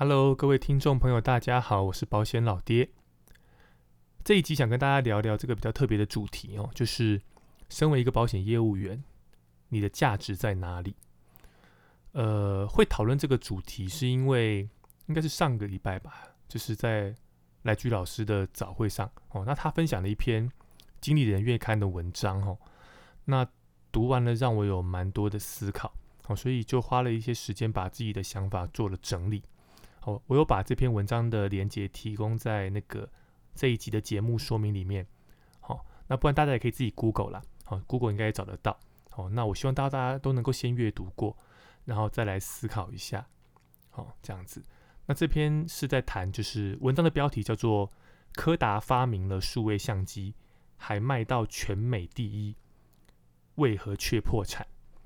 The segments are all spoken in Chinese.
Hello，各位听众朋友，大家好，我是保险老爹。这一集想跟大家聊聊这个比较特别的主题哦，就是身为一个保险业务员，你的价值在哪里？会讨论这个主题是因为应该是上个礼拜吧，就是在来居老师的早会上哦，那他分享了一篇经理人月刊的文章哦，那读完了让我有蛮多的思考哦，所以就花了一些时间把自己的想法做了整理。我有把这篇文章的连结提供在这一集的节目说明里面。那不然大家也可以自己 Google 啦。Google 应该也找得到。那我希望大家都能够先阅读过，然后再来思考一下。这样子。那这篇是在谈，就是文章的标题叫做“柯达发明了数位相机，还卖到全美第一，为何却破产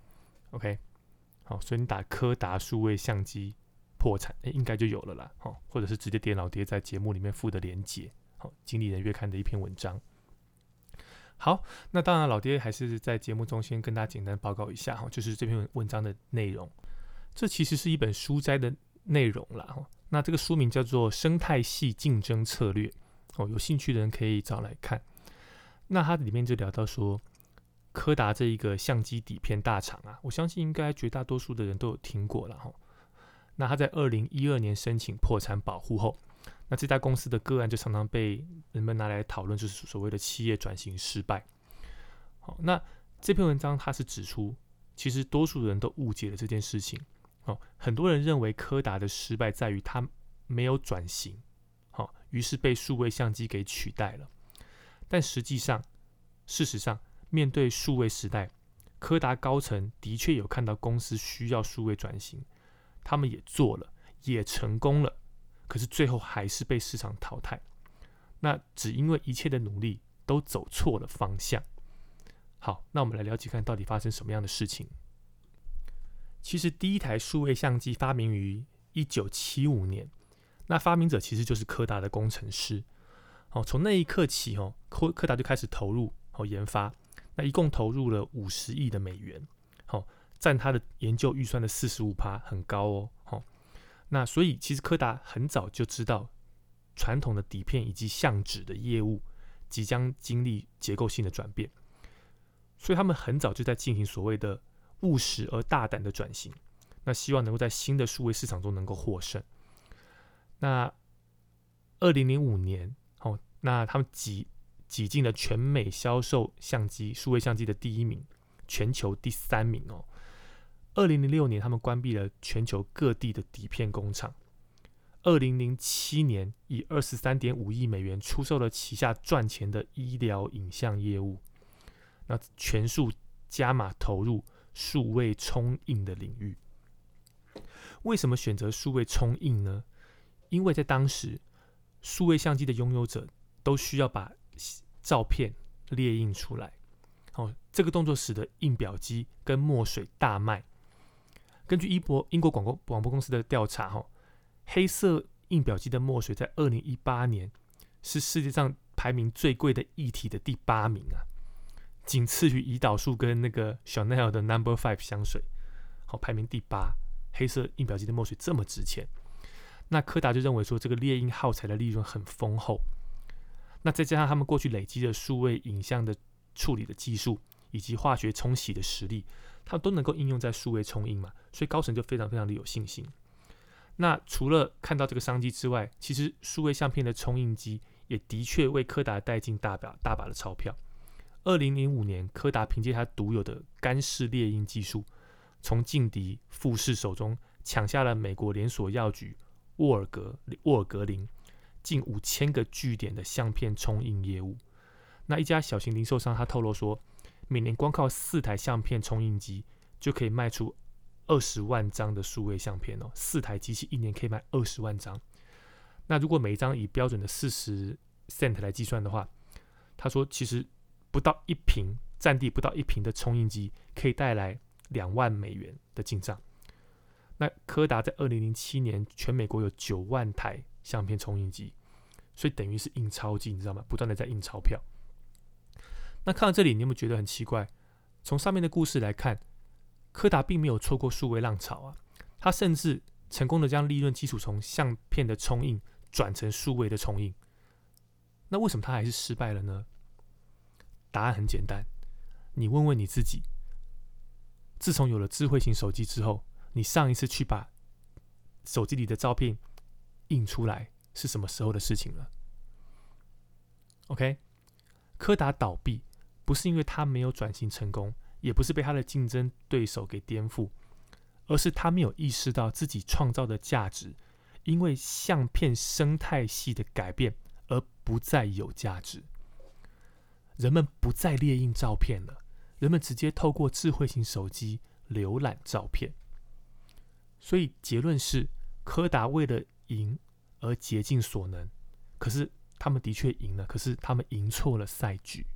？”OK， 好，所以你打柯达数位相机破产，应该就有了啦，或者是直接点老爹在节目里面附的连结，经理人月刊的一篇文章。好，那当然老爹还是在节目中先跟大家简单报告一下，就是这篇文章的内容。这其实是一本书摘的内容啦，那这个书名叫做《生态系竞争策略》，有兴趣的人可以找来看。那它里面就聊到说，柯达这一个相机底片大厂啊，我相信应该绝大多数的人都有听过啦。那他在2012年申请破产保护后，那这家公司的个案就常常被人们拿来讨论，就是所谓的企业转型失败。好，那这篇文章它是指出，其实多数人都误解了这件事情。很多人认为柯达的失败在于它没有转型，于是被数位相机给取代了。但事实上，面对数位时代，柯达高层的确有看到公司需要数位转型。他们也做了，也成功了，可是最后还是被市场淘汰。那只因为一切的努力都走错了方向。好，那我们来了解看到底发生什么样的事情。其实第一台数位相机发明于1975年，那发明者其实就是柯达的工程师。从那一刻起，柯达就开始投入研发，那一共投入了50亿的美元。占他的研究预算的45%，很高哦。那所以其实柯达很早就知道传统的底片以及相纸的业务即将经历结构性的转变，所以他们很早就在进行所谓的务实而大胆的转型，那希望能够在新的数位市场中能够获胜。那2005年，那他们挤进了全美销售数位相机的第1名，全球第3名哦。2006年，他们关闭了全球各地的底片工厂。2007年，以23.5亿美元出售了旗下赚钱的医疗影像业务，那全数加码投入数位冲印的领域。为什么选择数位冲印呢？因为在当时，数位相机的拥有者都需要把照片列印出来。这个动作使得印表机跟墨水大卖。根据英国广播公司的调查，黑色印表机的墨水在2018年是世界上排名最贵的液体的第8名啊，仅次于胰岛素跟那个 Chanel 的 No.5 香水，排名第8。黑色印表机的墨水这么值钱，那柯达就认为说这个列印耗材的利润很丰厚，那再加上他们过去累积的数位影像的处理的技术以及化学冲洗的实力，它都能够应用在数位冲印嘛，所以高层就非常非常的有信心。那除了看到这个商机之外，其实数位相片的冲印机也的确为柯达带进大把的钞票。2005年，柯达凭借它独有的干式列印技术，从劲敌富士手中抢下了美国连锁药局沃尔格林近5000个据点的相片冲印业务。那一家小型零售商他透露说，每年光靠4台相片冲印机就可以卖出20万张的数位相片4台机器一年可以卖20万张。那如果每一张以标准的40 cent 来计算的话，他说其实不到1瓶，占地不到1瓶的冲印机可以带来2万美元的进账。那柯达在2007年全美国有9万台相片冲印机，所以等于是印钞机，你知道吗？不断的在印钞票。那看到这里，你有没有觉得很奇怪？从上面的故事来看，柯达并没有错过数位浪潮啊，它甚至成功的将利润基础从相片的冲印转成数位的冲印。那为什么它还是失败了呢？答案很简单，你问问你自己，自从有了智慧型手机之后，你上一次去把手机里的照片印出来是什么时候的事情了 ？OK， 柯达倒闭不是因为它没有转型成功，也不是被它的竞争对手给颠覆，而是它没有意识到自己创造的价值，因为相片生态系的改变而不再有价值。人们不再列印照片了，人们直接透过智慧型手机浏览照片。所以结论是，柯达为了赢而竭尽所能，可是他们的确赢了，可是他们赢错了赛局，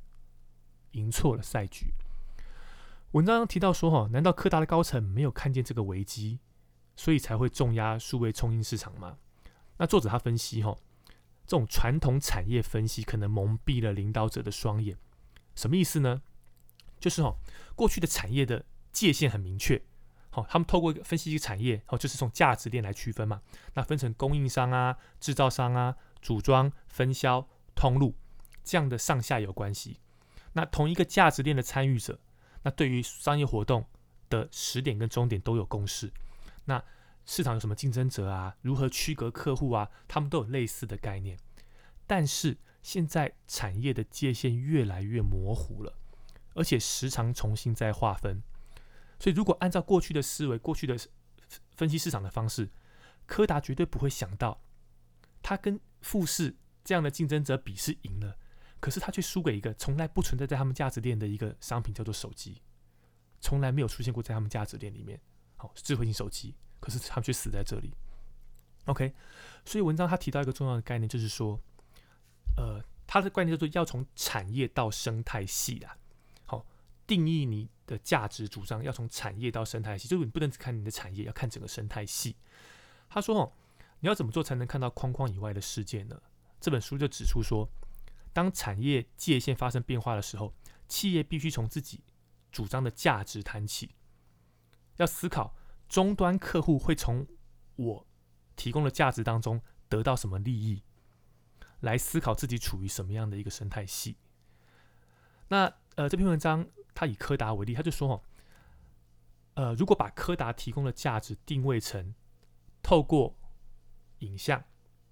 文章提到说，难道柯达的高层没有看见这个危机，所以才会重压数位冲印市场吗？那作者他分析，这种传统产业分析可能蒙蔽了领导者的双眼。什么意思呢？就是过去的产业的界限很明确，他们透过分析一个产业，就是从价值链来区分嘛。那分成供应商啊、制造商啊、组装、分销、通路这样的上下游关系。那同一个价值链的参与者，那对于商业活动的始点跟终点都有共识。那市场有什么竞争者啊？如何区隔客户啊？他们都有类似的概念。但是现在产业的界限越来越模糊了，而且时常重新再划分。所以如果按照过去的思维、过去的分析市场的方式，柯达绝对不会想到，他跟富士这样的竞争者比是赢了，可是他却输给一个从来不存在在他们价值链的一个商品，叫做手机，从来没有出现过在他们价值链里面。智慧型手机，可是他们却死在这里。OK， 所以文章他提到一个重要的概念，就是说，他的概念叫做要从产业到生态系啦。定义你的价值主张要从产业到生态系，就是你不能只看你的产业，要看整个生态系。他说，你要怎么做才能看到框框以外的世界呢？这本书就指出说，当产业界限发生变化的时候，企业必须从自己主张的价值谈起，要思考终端客户会从我提供的价值当中得到什么利益，来思考自己处于什么样的一个生态系。那这篇文章他以柯达为例，他就说，如果把柯达提供的价值定位成透过影像，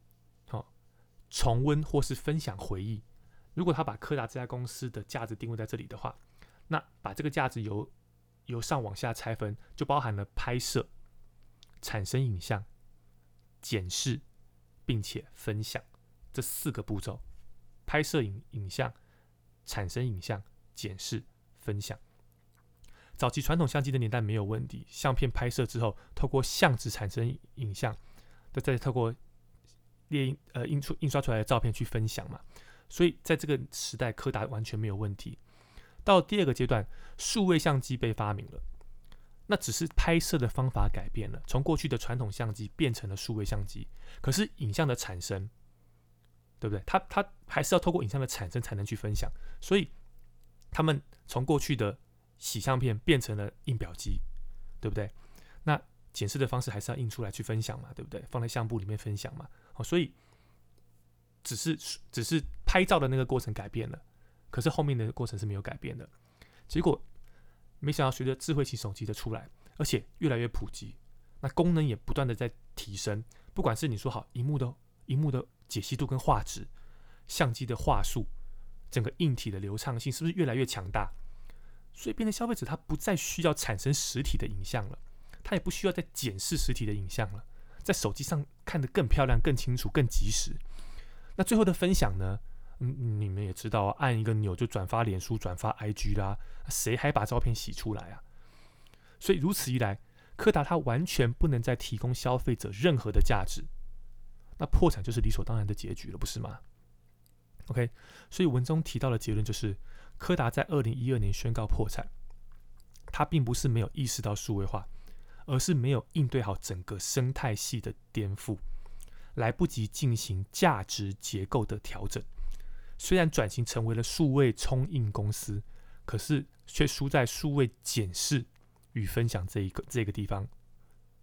重温或是分享回忆，如果他把柯达这家公司的价值定位在这里的话，那把这个价值由上往下拆分，就包含了拍摄、产生影像、检视，并且分享这4个步骤：拍摄影像、产生影像、检视、分享。早期传统相机的年代没有问题，相片拍摄之后，透过相纸产生影像，再透过印刷出来的照片去分享嘛。所以在这个时代，柯达完全没有问题。到第2个阶段，数位相机被发明了，那只是拍摄的方法改变了，从过去的传统相机变成了数位相机。可是影像的产生，对不对？它还是要透过影像的产生才能去分享，所以他们从过去的洗相片变成了印表机，对不对？那检视的方式还是要印出来去分享嘛，对不对？放在相簿里面分享嘛。所以只是拍照的那个过程改变了，可是后面的过程是没有改变的。结果没想到随着智慧型手机的出来，而且越来越普及，那功能也不断的在提升。不管是你说好荧幕的解析度跟画质，相机的画素，整个硬体的流畅性是不是越来越强大？所以变成消费者他不再需要产生实体的影像了，他也不需要再检视实体的影像了，在手机上看得更漂亮、更清楚、更及时。那最后的分享呢？你们也知道，按一个钮就转发脸书、转发 IG 啦，谁还把照片洗出来啊？所以如此一来，柯达它完全不能再提供消费者任何的价值，那破产就是理所当然的结局了，不是吗 ？OK， 所以文中提到的结论就是，柯达在2012年宣告破产，它并不是没有意识到数位化，而是没有应对好整个生态系的颠覆，来不及进行价值结构的调整。虽然转型成为了数位冲印公司，可是却输在数位检视与分享这个地方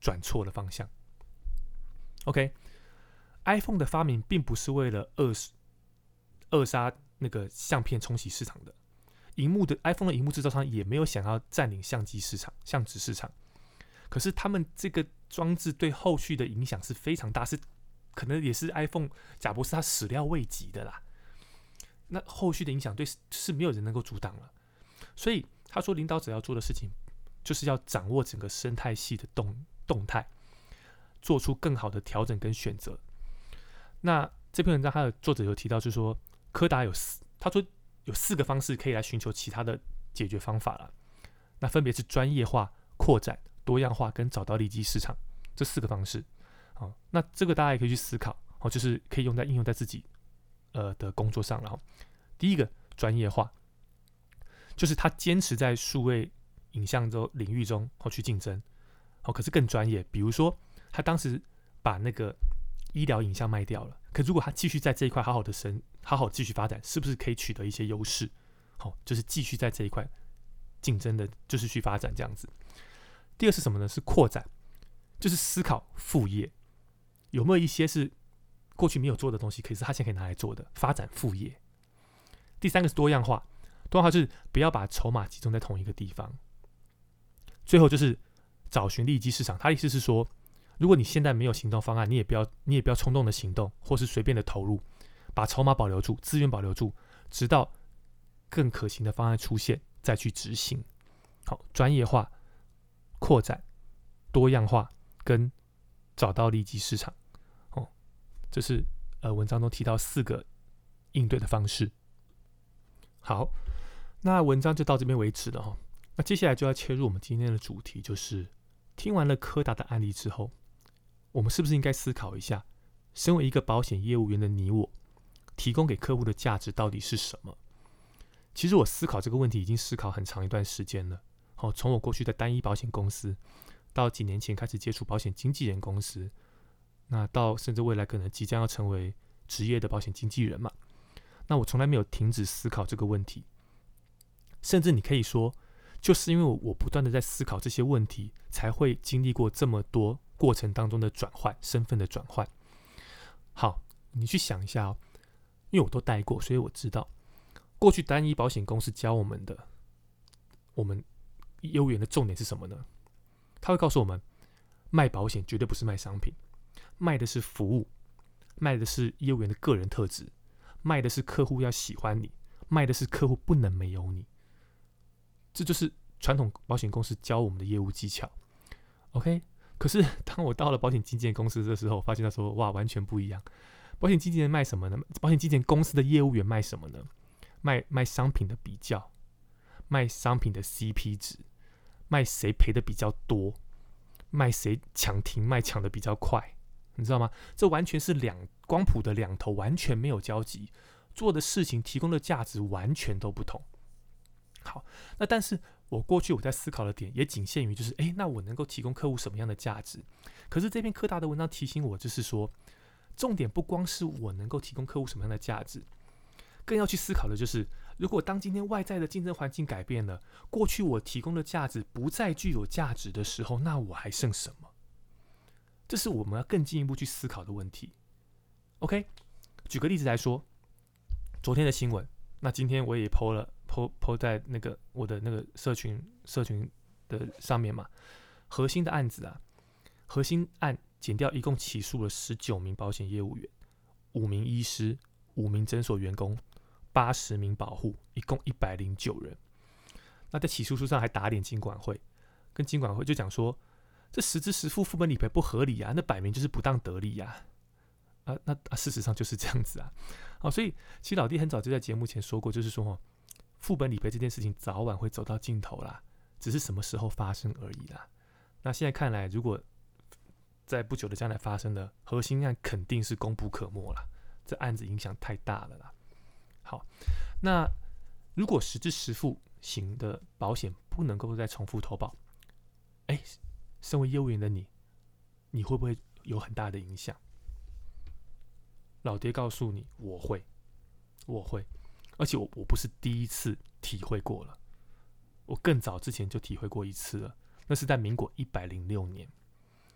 转错了方向。OK，iPhone 的发明并不是为了扼杀那个相片冲洗市场的。iPhone 的荧幕制造商也没有想要占领相机市场、相纸市场。可是他们这个装置对后续的影响是非常大，是可能也是 iPhone 贾博士他始料未及的啦。那后续的影响是没有人能够阻挡了。所以他说，领导者要做的事情就是要掌握整个生态系的动态，做出更好的调整跟选择。那这篇文章他的作者有提到，就是说柯达他说有4个方式可以来寻求其他的解决方法了。那分别是专业化、扩展、多样化跟找到利基市场这4个方式。那这个大家也可以去思考，就是可以应用在自己的工作上了。第一个，专业化，就是他坚持在数位影像领域中去竞争，可是更专业。比如说他当时把那个医疗影像卖掉了，可如果他继续在这一块好好继续发展，是不是可以取得一些优势？就是继续在这一块竞争的，就是去发展这样子。第二是什么呢？是扩展，就是思考副业，有没有一些是过去没有做的东西，可是他现在可以拿来做的，发展副业。第三个是多样化，多样化就是不要把筹码集中在同一个地方。最后就是找寻利基市场，他的意思是说，如果你现在没有行动方案，你也不要冲动的行动，或是随便的投入，把筹码保留住，资源保留住，直到更可行的方案出现再去执行。好，专业化、扩展、多样化跟找到利基市场。这是文章中提到4个应对的方式。好，那文章就到这边为止了。那接下来就要切入我们今天的主题，就是听完了柯达的案例之后，我们是不是应该思考一下，身为一个保险业务员的你我，提供给客户的价值到底是什么？其实我思考这个问题已经思考很长一段时间了。从我过去的单一保险公司，到几年前开始接触保险经纪人公司，那到甚至未来可能即将要成为职业的保险经纪人嘛。那我从来没有停止思考这个问题，甚至你可以说，就是因为我不断的在思考这些问题，才会经历过这么多过程当中的转换，身份的转换。好，你去想一下因为我都待过，所以我知道过去单一保险公司教我们业务员的重点是什么呢？他会告诉我们，卖保险绝对不是卖商品，卖的是服务，卖的是业务员的个人特质，卖的是客户要喜欢你，卖的是客户不能没有你。这就是传统保险公司教我们的业务技巧。OK， 可是当我到了保险经纪人公司的时候，我发现他说，哇，完全不一样。保险经纪人卖什么呢？保险经纪人公司的业务员卖什么呢？卖商品的比较，卖商品的 CP 值，卖谁赔的比较多，卖谁抢停卖抢的比较快，你知道吗？这完全是光谱的两头完全没有交集，做的事情提供的价值完全都不同。好，那但是我过去在思考的点也仅限于就是，那我能够提供客户什么样的价值？可是这篇柯达的文章提醒我，就是说，重点不光是我能够提供客户什么样的价值，更要去思考的就是，如果当今天外在的竞争环境改变了，过去我提供的价值不再具有价值的时候，那我还剩什么？这是我们要更进一步去思考的问题。OK， 举个例子来说，昨天的新闻，那今天我也 po 在那个我的那个社群的上面嘛。核心的案子啊，核心案检调一共起诉了19名保险业务员、5名医师、5名诊所员工、80名保护，一共109人。那在起诉书上还打脸金管会，跟金管会就讲说，这实支实付副本理赔不合理啊，那摆明就是不当得利啊。那事实上就是这样子啊。所以其实老弟很早就在节目前说过，就是说副本理赔这件事情早晚会走到尽头啦，只是什么时候发生而已啦。那现在看来，如果在不久的将来发生的核心案，肯定是功不可没啦。这案子影响太大了啦。好，那如果实支实付型的保险不能够再重复投保，身为业务员的你会不会有很大的影响？老爹告诉你，我会，而且我不是第一次体会过了，我更早之前就体会过一次了，那是在民国106年，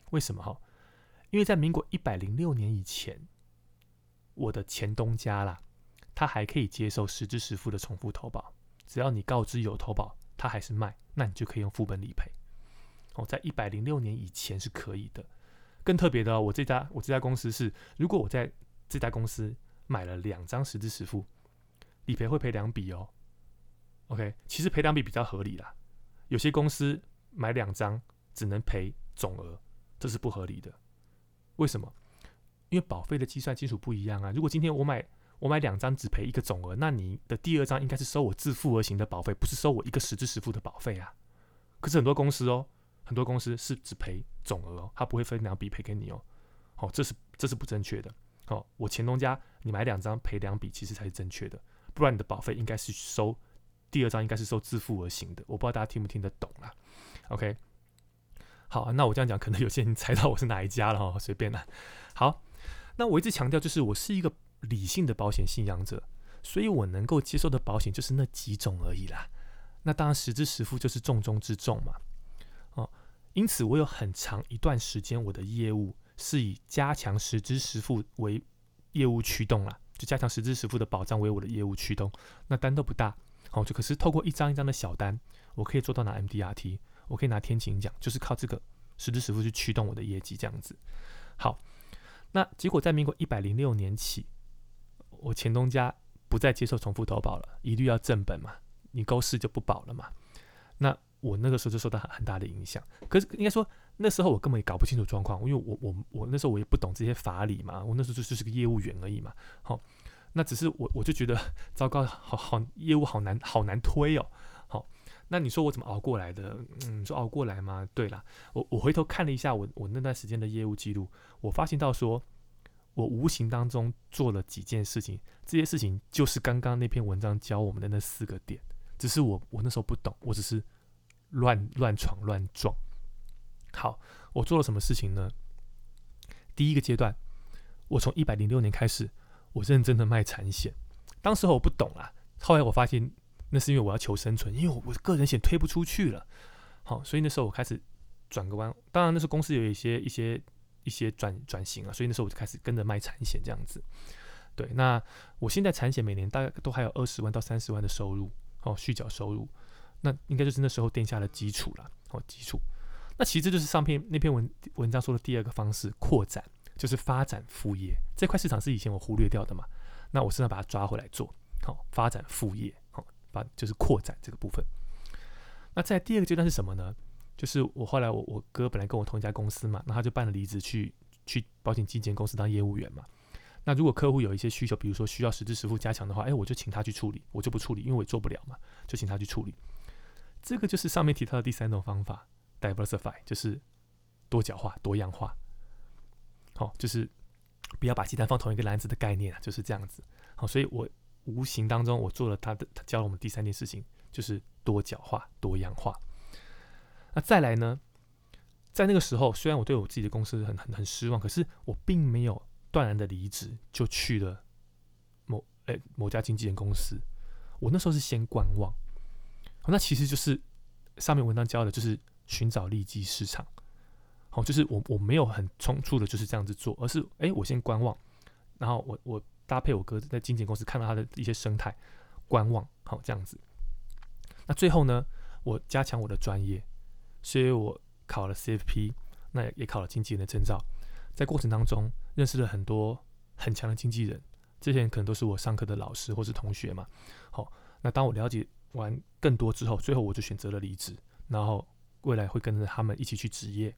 为什么哈？因为在民国106年以前，我的前东家啦，他还可以接受实支实付的重复投保，只要你告知有投保，他还是卖，那你就可以用副本理赔。在106年以前是可以的。更特别的哦，我这家公司是，如果我在这家公司买了2张实支实付，理赔会赔2笔哦。OK， 其实赔2笔比较合理啦。有些公司买2张只能赔总额，这是不合理的。为什么？因为保费的计算基础不一样啊。如果今天我买2张只赔1个总额，那你的第2张应该是收我自付而行的保费，不是收我一个实支实付的保费啊。可是很多公司是只赔总额哦，它不会分2笔赔给你哦。这是不正确的。我前东家你买2张赔2笔，其实才是正确的，不然你的保费应该是收第2张应该是收自付而行的。我不知道大家听不听得懂啦。OK， 好，那我这样讲，可能有些人猜到我是哪一家了哈，随便啦。好，那我一直强调就是我是一个理性的保险信仰者，所以我能够接受的保险就是那几种而已啦。那当然实支实付就是重中之重嘛。因此我有很长一段时间我的业务是以加强实支实付为业务驱动啦，就加强实支实付的保障为我的业务驱动。那单都不大，就可是透过一张一张的小单，我可以做到拿 MDRT， 我可以拿天晴奖，就是靠这个实支实付去驱动我的业绩这样子。好，那结果在民国106年起，我前东家不再接受重复投保了，一律要正本嘛，你勾4就不保了嘛。那我那个时候就受到很大的影响。可是应该说那时候我根本也搞不清楚状况，因为我那时候我也不懂这些法理嘛，我那时候就是个业务员而已嘛。那只是我就觉得糟糕，好业务好难推哦。那你说我怎么熬过来的？你说熬过来吗？对啦，我回头看了一下我那段时间的业务记录，我发现到说，我无形当中做了几件事情，这些事情就是刚刚那篇文章教我们的那4个点，只是我那时候不懂，我只是乱闯乱撞。好，我做了什么事情呢？第一个阶段，我从106年开始，我认真的卖产险。当时我不懂啦，后来我发现那是因为我要求生存，因为我个人险推不出去了。好，所以那时候我开始转个弯。当然那时候公司有一些转型啊，所以那时候我就开始跟着卖产险这样子。对，那我现在产险每年大概都还有20万到30万的收入，续缴收入。那应该就是那时候定下的基础啦，基础。那其实这就是那篇文章说的第2个方式，扩展，就是发展副业。这块市场是以前我忽略掉的嘛，那我现在把它抓回来做，发展副业，就是扩展这个部分。那在第2个阶段是什么呢？就是我后来我哥本来跟我同一家公司嘛，那他就办了离职去保险基金公司当业务员嘛。那如果客户有一些需求，比如说需要实支实付加强的话，我就请他去处理，我就不处理，因为我也做不了嘛，就请他去处理。这个就是上面提到的第3种方法 ，diversify， 就是多角化、多样化。就是不要把鸡蛋放同一个篮子的概念啊，就是这样子。所以我无形当中我做了他教了我们第3件事情，就是多角化、多样化。那再来呢，在那个时候，虽然我对我自己的公司很失望，可是我并没有断然的离职，就去了某家经纪人公司。我那时候是先观望。那其实就是上面文章教的，就是寻找利基市场。就是我没有很冲突的就是这样子做，而是我先观望，然后我搭配我哥在经纪公司看到他的一些生态，观望，这样子。那最后呢，我加强我的专业，所以我考了 CFP， 那也考了经纪人的证照。在过程当中认识了很多很强的经纪人，这些人可能都是我上课的老师或是同学嘛。那当我了解完更多之后，最后我就选择了离职，然后未来会跟着他们一起去职业。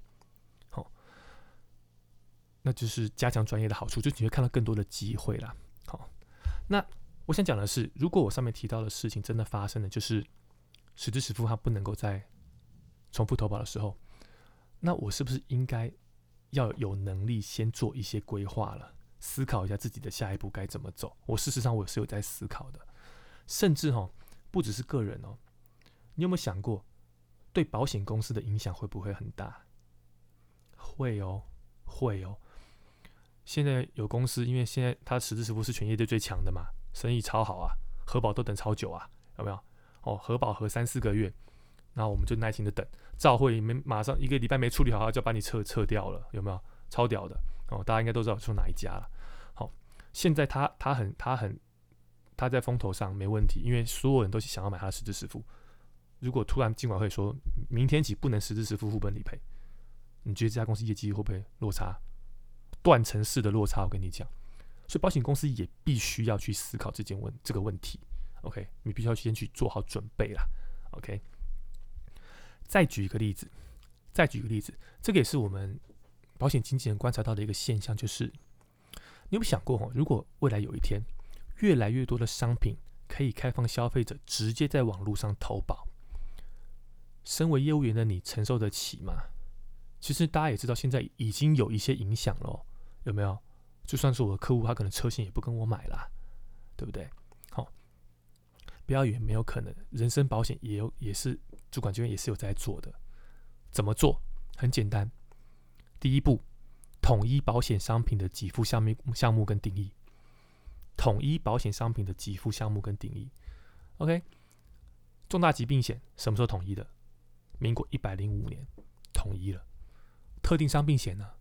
那就是加强专业的好处，就你会看到更多的机会啦。那我想讲的是，如果我上面提到的事情真的发生了，就是实支实付它不能够在重复投保的时候，那我是不是应该要有能力先做一些规划了，思考一下自己的下一步该怎么走？事实上我是有在思考的，甚至不只是个人哦，你有没有想过，对保险公司的影响会不会很大？会哦。现在有公司，因为现在它实支实付是全业界最强的嘛，生意超好啊，核保都等超久啊，有没有？核保核3-4个月， 然后我们就耐心的等，照会马上1个礼拜没处理好，就把你撤掉了，有没有？超屌的哦！大家应该都知道说哪一家了。好，现在他在风头上没问题，因为所有人都想要买他的实支实付。如果突然金管会说明天起不能实支实付副本理赔，你觉得这家公司业绩会不会落差？断层式的落差，我跟你讲。所以保险公司也必须要去思考这个问题。OK， 你必须要先去做好准备啦。OK， 再举一个例子，这个也是我们保险经纪人观察到的一个现象，就是你有没有想过，如果未来有一天，越来越多的商品可以开放消费者直接在网络上投保，身为业务员的你承受得起吗？其实大家也知道，现在已经有一些影响了，有没有？就算是我的客户，他可能车险也不跟我买啦，对不对？好，不要以为没有可能，人身保险也是主管机关也是有在做的。怎么做？很简单，第一步，统一保险商品的给付项目跟定义。统一保险商品的给付项目跟定义。OK， 重大疾病险什么时候统一的？民国105年统一了。特定伤病险呢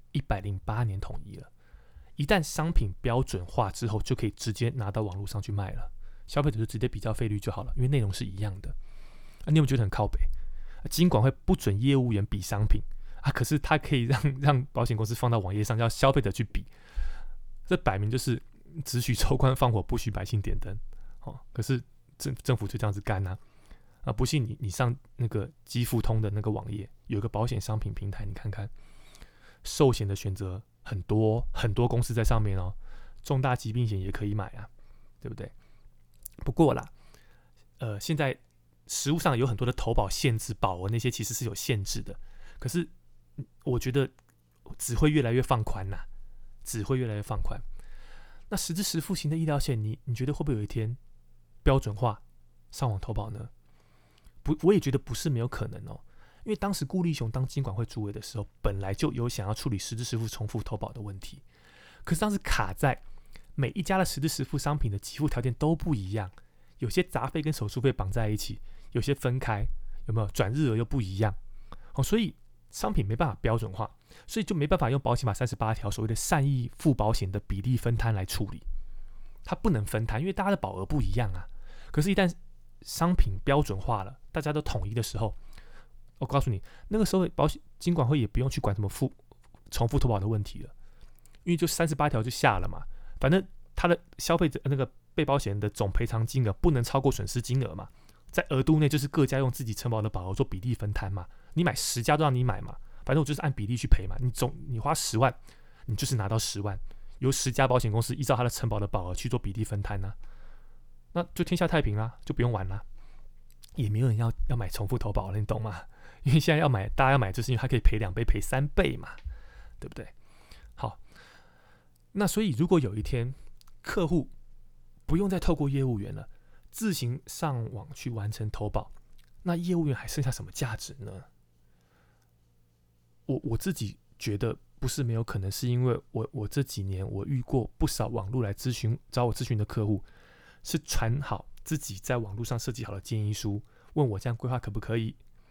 ？108年统一了。一旦商品标准化之后，就可以直接拿到网络上去卖了，消费者就直接比较费率就好了，因为内容是一样的。你有没有觉得很靠北？金管会不准业务员比商品啊，可是他可以让保险公司放到网页上，叫消费者去比，这摆明就是只许州官放火，不许百姓点灯。可是政府就这样子干啊！不信你上那个基富通的那个网页，有个保险商品平台，你看看，寿险的选择很多，很多公司在上面哦，重大疾病险也可以买啊，对不对？不过啦，现在实务上有很多的投保限制保额，那些其实是有限制的。可是我觉得只会越来越放宽呐，只会越来越放宽。那实支实付型的医疗险，你觉得会不会有一天标准化上网投保呢？我也觉得不是没有可能哦。因为当时顾立雄当金管会主委的时候，本来就有想要处理实支实付重复投保的问题，可是当时卡在每一家的实支实付商品的给付条件都不一样，有些杂费跟手术费绑在一起，有些分开，有没有？转日额又不一样，所以商品没办法标准化，所以就没办法用保险法38条所谓的善意附保险的比例分摊来处理，它不能分摊，因为大家的保额不一样啊。可是，一旦商品标准化了，大家都统一的时候，我告诉你，那个时候保险金管会也不用去管什么重复投保的问题了，因为就38条就下了嘛，反正他的消费者那个被保险人的总赔偿金额不能超过损失金额嘛，在额度内就是各家用自己承保的保额做比例分摊嘛，你买10家都让你买嘛，反正我就是按比例去赔嘛，你花10万，你就是拿到10万，由10家保险公司依照他的承保的保额去做比例分摊啊，那就天下太平啦，就不用玩啦，也没有人要买重复投保了，你懂吗？因为现在大家要买，就是因为它可以赔2倍、赔3倍嘛，对不对？好，那所以如果有一天客户不用再透过业务员了，自行上网去完成投保，那业务员还剩下什么价值呢？我自己觉得不是没有可能，是因为我这几年我遇过不少网络来找我咨询的客户，是传好自己在网络上设计好的建议书，问我这样规划可不可以。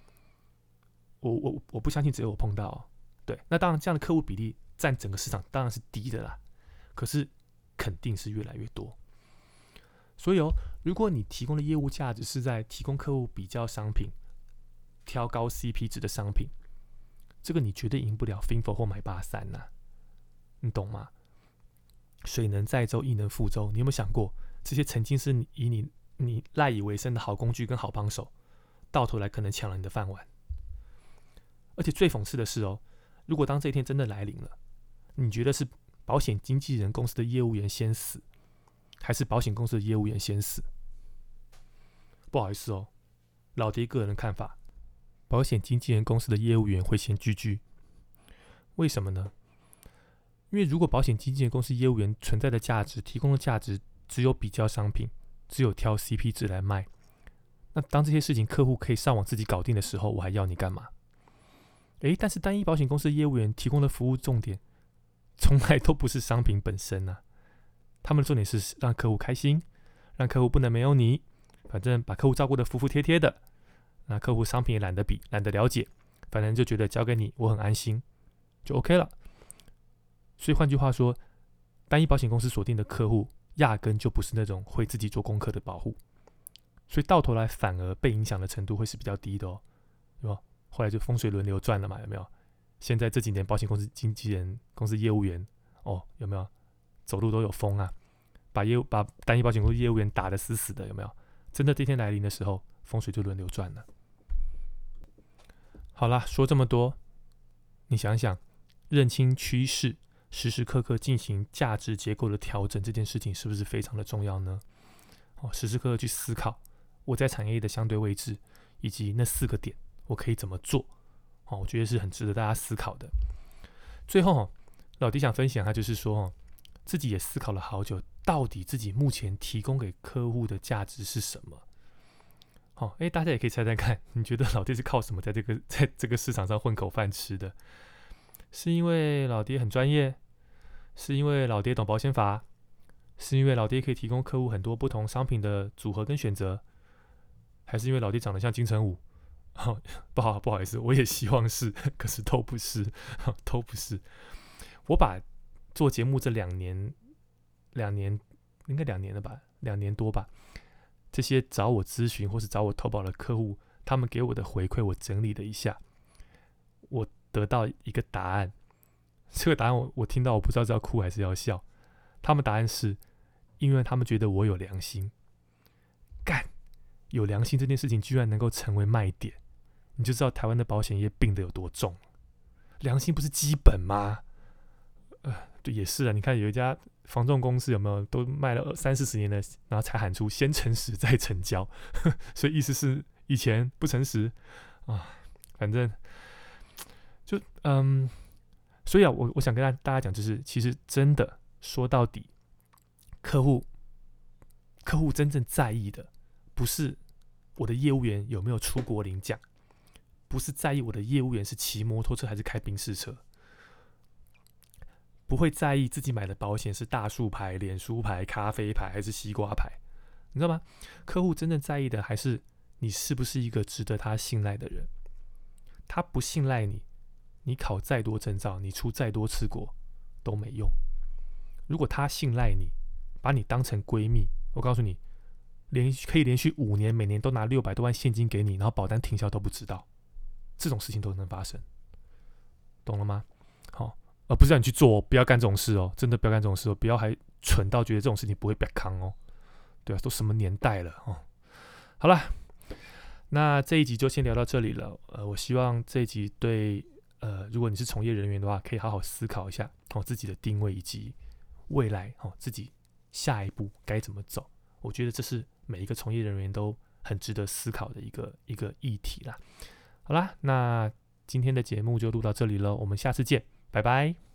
我不相信只有我碰到哦，对，那当然这样的客户比例占整个市场当然是低的啦，可是肯定是越来越多。所以如果你提供的业务价值是在提供客户比较商品，挑高 CP 值的商品，这个你绝对赢不了 Finfor 或买83呐，你懂吗？水能载舟，亦能覆舟。你有没有想过，这些曾经是以你赖以为生的好工具跟好帮手，到头来可能抢了你的饭碗。而且最讽刺的是如果当这一天真的来临了，你觉得是保险经纪人公司的业务员先死，还是保险公司的业务员先死？不好意思老爹个人的看法，保险经纪人公司的业务员会先居。为什么呢？因为如果保险经纪人公司业务员存在的价值、提供的价值只有比较商品，只有挑 CP 值来卖，那当这些事情客户可以上网自己搞定的时候，我还要你干嘛？但是单一保险公司的业务员提供的服务重点从来都不是商品本身啊，他们的重点是让客户开心，让客户不能没有你，反正把客户照顾得服服帖帖的， 那客户商品也懒得比，懒得了解，反正就觉得交给你我很安心，就 OK 了。所以换句话说，单一保险公司锁定的客户压根就不是那种会自己做功课的保护，所以到头来反而被影响的程度会是比较低的哦，有没有？后来就风水轮流转了嘛，有没有？现在这几年保险公司经纪人、公司业务员有没有走路都有风啊？把单一保险公司业务员打得死死的，有没有？真的这天来临的时候，风水就轮流转了。好啦，说这么多，你想想，认清趋势，时时刻刻进行价值结构的调整，这件事情是不是非常的重要呢？时时刻刻去思考我在产业的相对位置，以及那4个点我可以怎么做。我觉得是很值得大家思考的。最后老弟想分享，他就是说自己也思考了好久，到底自己目前提供给客户的价值是什么？大家也可以猜猜看，你觉得老爹是靠什么在这个市场上混口饭吃的？是因为老爹很专业？是因为老爹懂保险法？是因为老爹可以提供客户很多不同商品的组合跟选择？还是因为老爹长得像金城武？不好意思，我也希望是，可是都不是，都不是。我把做节目这2年应该2年了吧，2年多吧，这些找我咨询或是找我投保的客户，他们给我的回馈，我整理了一下，我得到一个答案。这个答案我听到，我不知道是要哭还是要笑。他们答案是，因为他们觉得我有良心。干，有良心这件事情居然能够成为卖点，你就知道台湾的保险业病得有多重。良心不是基本吗？对，也是啊。你看有一家房仲公司有没有都卖了30-40年的，然后才喊出先诚实再成交，所以意思是以前不诚实啊。反正就所以我想跟大家讲，就是其实真的说到底，客户真正在意的不是我的业务员有没有出国领奖，不是在意我的业务员是骑摩托车还是开宾士车，不会在意自己买的保险是大树牌、脸书牌、咖啡牌还是西瓜牌，你知道吗？客户真正在意的还是你是不是一个值得他信赖的人。他不信赖你，你考再多证照，你出再多次国都没用。如果他信赖你，把你当成闺蜜，我告诉你，可以连续5年，每年都拿600多万现金给你，然后保单停销都不知道，这种事情都能发生，懂了吗？好，不是让你去做不要干这种事哦，真的不要干这种事哦，不要还蠢到觉得这种事情不会被扛哦。对啊，都什么年代了哦。好了，那这一集就先聊到这里了。我希望这一集对如果你是从业人员的话，可以好好思考一下自己的定位以及未来自己下一步该怎么走。我觉得这是每一个从业人员都很值得思考的一个议题啦。好啦，那今天的节目就录到这里了，我们下次见，拜拜。